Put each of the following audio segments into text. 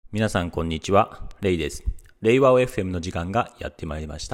皆さんこんにちは、レイです。レイワオ FM の時間がやってまいりました。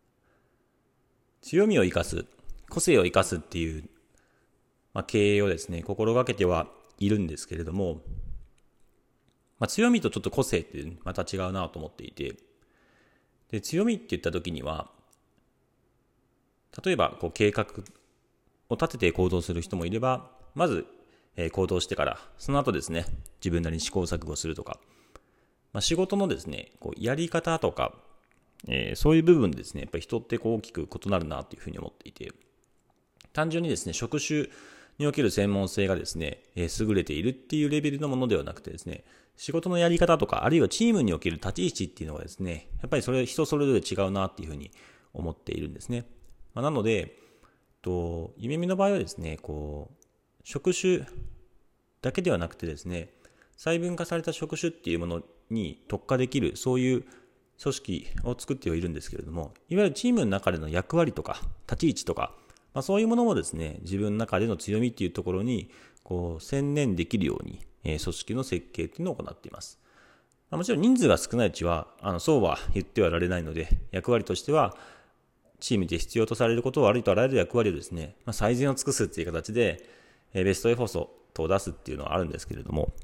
強みを生かす、個性を生かすっていう、経営をですね、心がけてはいるんですけれども、強みとちょっと個性ってまた違うなと思っていて、で強みって言った時には、例えば計画を立てて行動する人もいれば、まず行動してから、その後ですね、自分なりに試行錯誤するとか、仕事のですね、やり方とか、そういう部分でですね、やっぱり人って大きく異なるなというふうに思っていて、単純にですね、職種における専門性がですね、優れているっていうレベルのものではなくてですね、仕事のやり方とか、あるいはチームにおける立ち位置っていうのがですね、やっぱりそれ人それぞれ違うなっていうふうに思っているんですね。なので、夢見の場合はですね、職種だけではなくてですね、細分化された職種っていうものに特化できる、そういう組織を作ってはいるんですけれども、いわゆるチームの中での役割とか立ち位置とか、そういうものもですね、自分の中での強みっていうところに専念できるように、組織の設計っていうのを行っています。もちろん人数が少ないうちはそうは言ってはられないので、役割としてはチームで必要とされることをありとあらゆる役割をですね、最善を尽くすっていう形でベストエフォートを出すっていうのはあるんですけれども、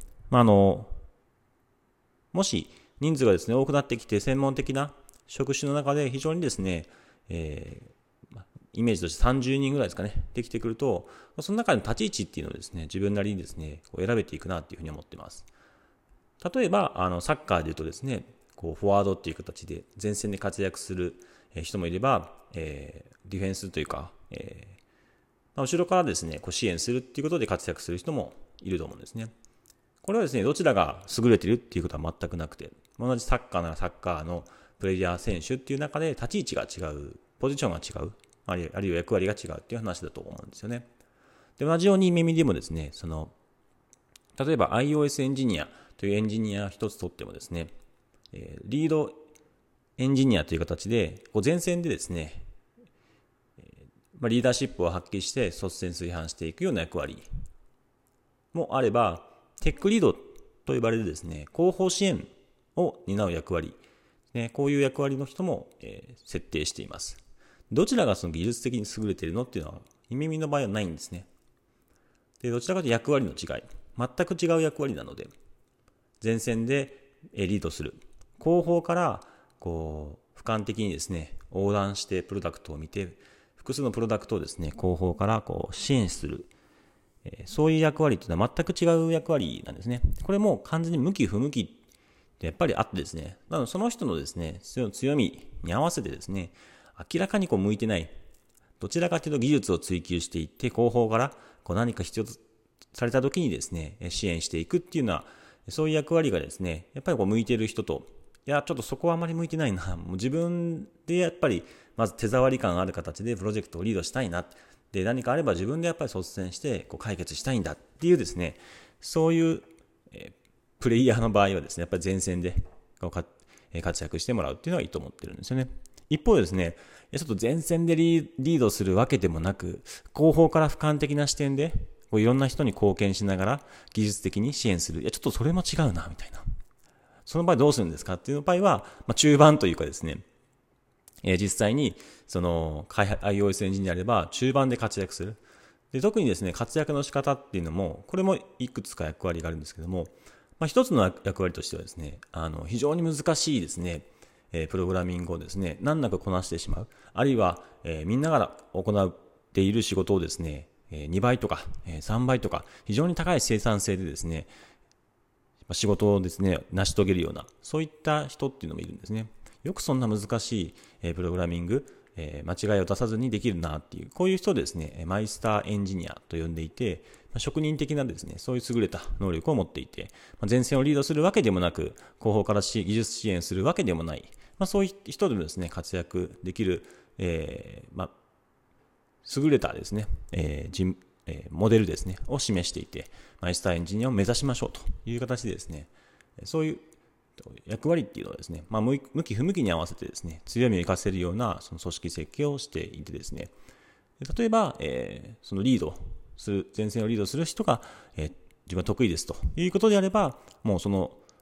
もし人数がですね多くなってきて、専門的な職種の中で非常にですね、イメージとして30人ぐらいですかね、できてくると、その中での立ち位置っていうのをですね、自分なりにですね選べていくなっていうふうに思っています。例えばサッカーでいうとですね、フォワードっていう形で前線で活躍する人もいれば、ディフェンスというか、後ろからですね支援するっていうことで活躍する人もいると思うんですね。これはですね、どちらが優れているっていうことは全くなくて、同じサッカーならサッカーのプレイヤー選手っていう中で立ち位置が違う、ポジションが違う、あるいは役割が違うっていう話だと思うんですよね。で、同じように耳でもですね、例えば iOS エンジニアというエンジニア一つとってもですね、リードエンジニアという形で、前線でですね、リーダーシップを発揮して率先垂範していくような役割もあれば、テックリードと呼ばれるですね、広報支援を担う役割、こういう役割の人も、設定しています。どちらがその技術的に優れているのっていうのは、耳の場合はないんですね。で、どちらかというと役割の違い、全く違う役割なので、前線でリードする。後方から俯瞰的にですね、横断してプロダクトを見て、複数のプロダクトをですね、後方から支援する。そういう役割っていうのは全く違う役割なんですね。これも完全に向き不向きってやっぱりあってですね、なのでその人のですね、強みに合わせてですね、明らかに向いてない、どちらかというと技術を追求していって、後方から何か必要とされた時にですね、支援していくっていうのは、そういう役割がですね、やっぱり向いている人と、いや、ちょっとそこはあまり向いてないな、もう自分でやっぱり、まず手触り感ある形でプロジェクトをリードしたいな、で何かあれば自分でやっぱり率先して解決したいんだっていうですね、そういう、プレイヤーの場合はですね、やっぱり前線で活躍してもらうっていうのがいいと思ってるんですよね。一方でですね、ちょっと前線でリードするわけでもなく、後方から俯瞰的な視点でいろんな人に貢献しながら技術的に支援する。いや、ちょっとそれも違うな、みたいな。その場合どうするんですかっていう場合は、中盤というかですね、実際にiOS エンジニアであれば中盤で活躍する。で、特にですね、活躍の仕方っていうのも、これもいくつか役割があるんですけども、一つの役割としてはですね、非常に難しいですね、プログラミングをですね、難なくこなしてしまう。あるいは、みんなが行っている仕事をですね、2倍とか3倍とか非常に高い生産性でですね、仕事をですね、成し遂げるような、そういった人っていうのもいるんですね。よくそんな難しいプログラミング、間違いを出さずにできるなっていう、こういう人をですね、マイスターエンジニアと呼んでいて、職人的なですね、そういう優れた能力を持っていて、前線をリードするわけでもなく、後方から技術支援するわけでもない、そういう人でもですね、活躍できる、優れたですね、モデルですね、を示していて、マイスターエンジニアを目指しましょうという形でですね、そういう役割っていうのはですね、向き不向きに合わせてですね、強みを生かせるようなその組織設計をしていてですね、例えば、そのリードする、前線をリードする人が、自分は得意ですということであれば、もうその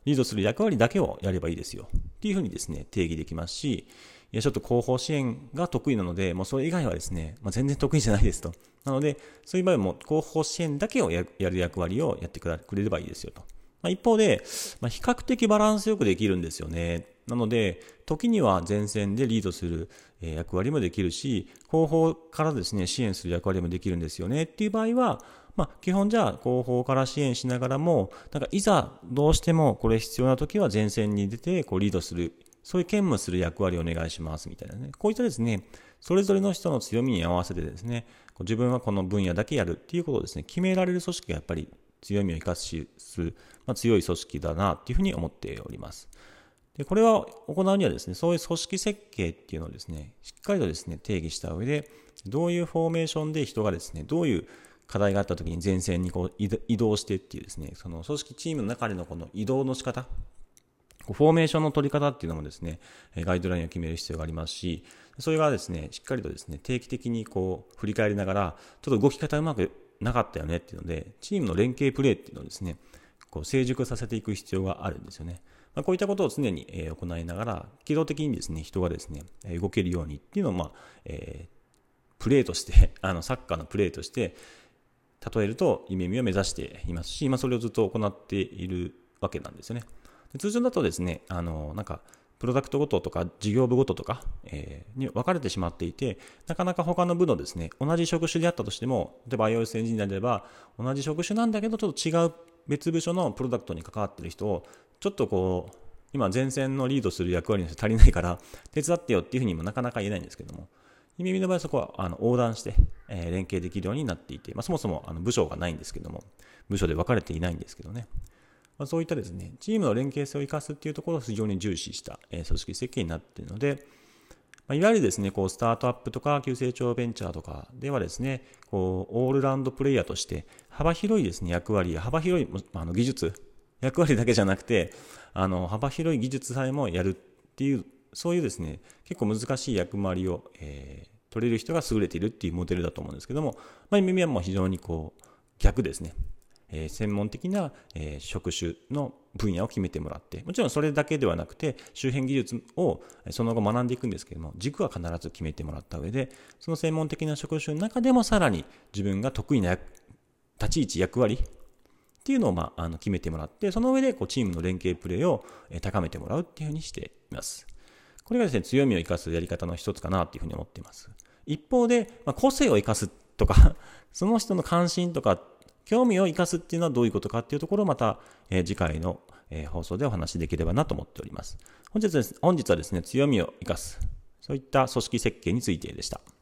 リードする役割だけをやればいいですよっていうふうにですね、定義できますし、いや、ちょっと広報支援が得意なので、もうそれ以外はですね、全然得意じゃないですと。なので、そういう場合はもう広報支援だけをやる役割をやってくれればいいですよと。一方で、比較的バランスよくできるんですよね。なので、時には前線でリードする役割もできるし、後方からですね、支援する役割もできるんですよねっていう場合は、基本じゃあ後方から支援しながらも、いざどうしてもこれ必要な時は前線に出てリードする、そういう兼務する役割をお願いしますみたいなね。こういったですね、それぞれの人の強みに合わせてですね、自分はこの分野だけやるっていうことをですね、決められる組織がやっぱり強みを生かす、強い組織だなっていうふうに思っております。で、これは行うにはですね、そういう組織設計っていうのをですね、しっかりとですね、定義した上で、どういうフォーメーションで人がですね、どういう課題があった時に前線に移動してっていうですね、その組織チームの中でのこの移動の仕方、フォーメーションの取り方っていうのもですね、ガイドラインを決める必要がありますし、それがですね、しっかりとですね、定期的に振り返りながら、ちょっと動き方うまくなかったよねっていうので、チームの連携プレーっていうのをですね、成熟させていく必要があるんですよね。こういったことを常に行いながら、機動的にですね、人がですね、動けるようにっていうのを、プレーとして、サッカーのプレーとして、例えると、夢見を目指していますし、それをずっと行っているわけなんですよね。通常だとですね、プロダクトごととか事業部ごととか、に分かれてしまっていて、なかなか他の部のですね、同じ職種であったとしても、例えば iOS エンジニアであれば、同じ職種なんだけど、ちょっと違う別部署のプロダクトに関わっている人を、ちょっと今前線のリードする役割の人足りないから、手伝ってよっていうふうにもなかなか言えないんですけども、夢見の場合はそこは横断して、連携できるようになっていて、そもそも部署がないんですけども、部署で分かれていないんですけどね。そういったですね、チームの連携性を生かすっていうところを非常に重視した組織設計になっているので、いわゆるですね、スタートアップとか急成長ベンチャーとかではですね、オールラウンドプレイヤーとして幅広いですね、役割や幅広い技術、役割だけじゃなくて、幅広い技術さえもやるっていう、そういうですね、結構難しい役割を、取れる人が優れているっていうモデルだと思うんですけども、夢はもう非常に逆ですね。専門的な、職種の分野を決めてもらって、もちろんそれだけではなくて周辺技術をその後学んでいくんですけども、軸は必ず決めてもらった上で、その専門的な職種の中でもさらに自分が得意な立ち位置役割っていうのを決めてもらって、その上でチームの連携プレーを高めてもらうっていうふうにしています。これがですね、強みを生かすやり方の一つかなというふうに思っています。一方で、個性を生かすとかその人の関心とか興味を生かすっていうのはどういうことかっていうところをまた、次回の、放送でお話しできればなと思っております。本日はですね、強みを生かす、そういった組織設計についてでした。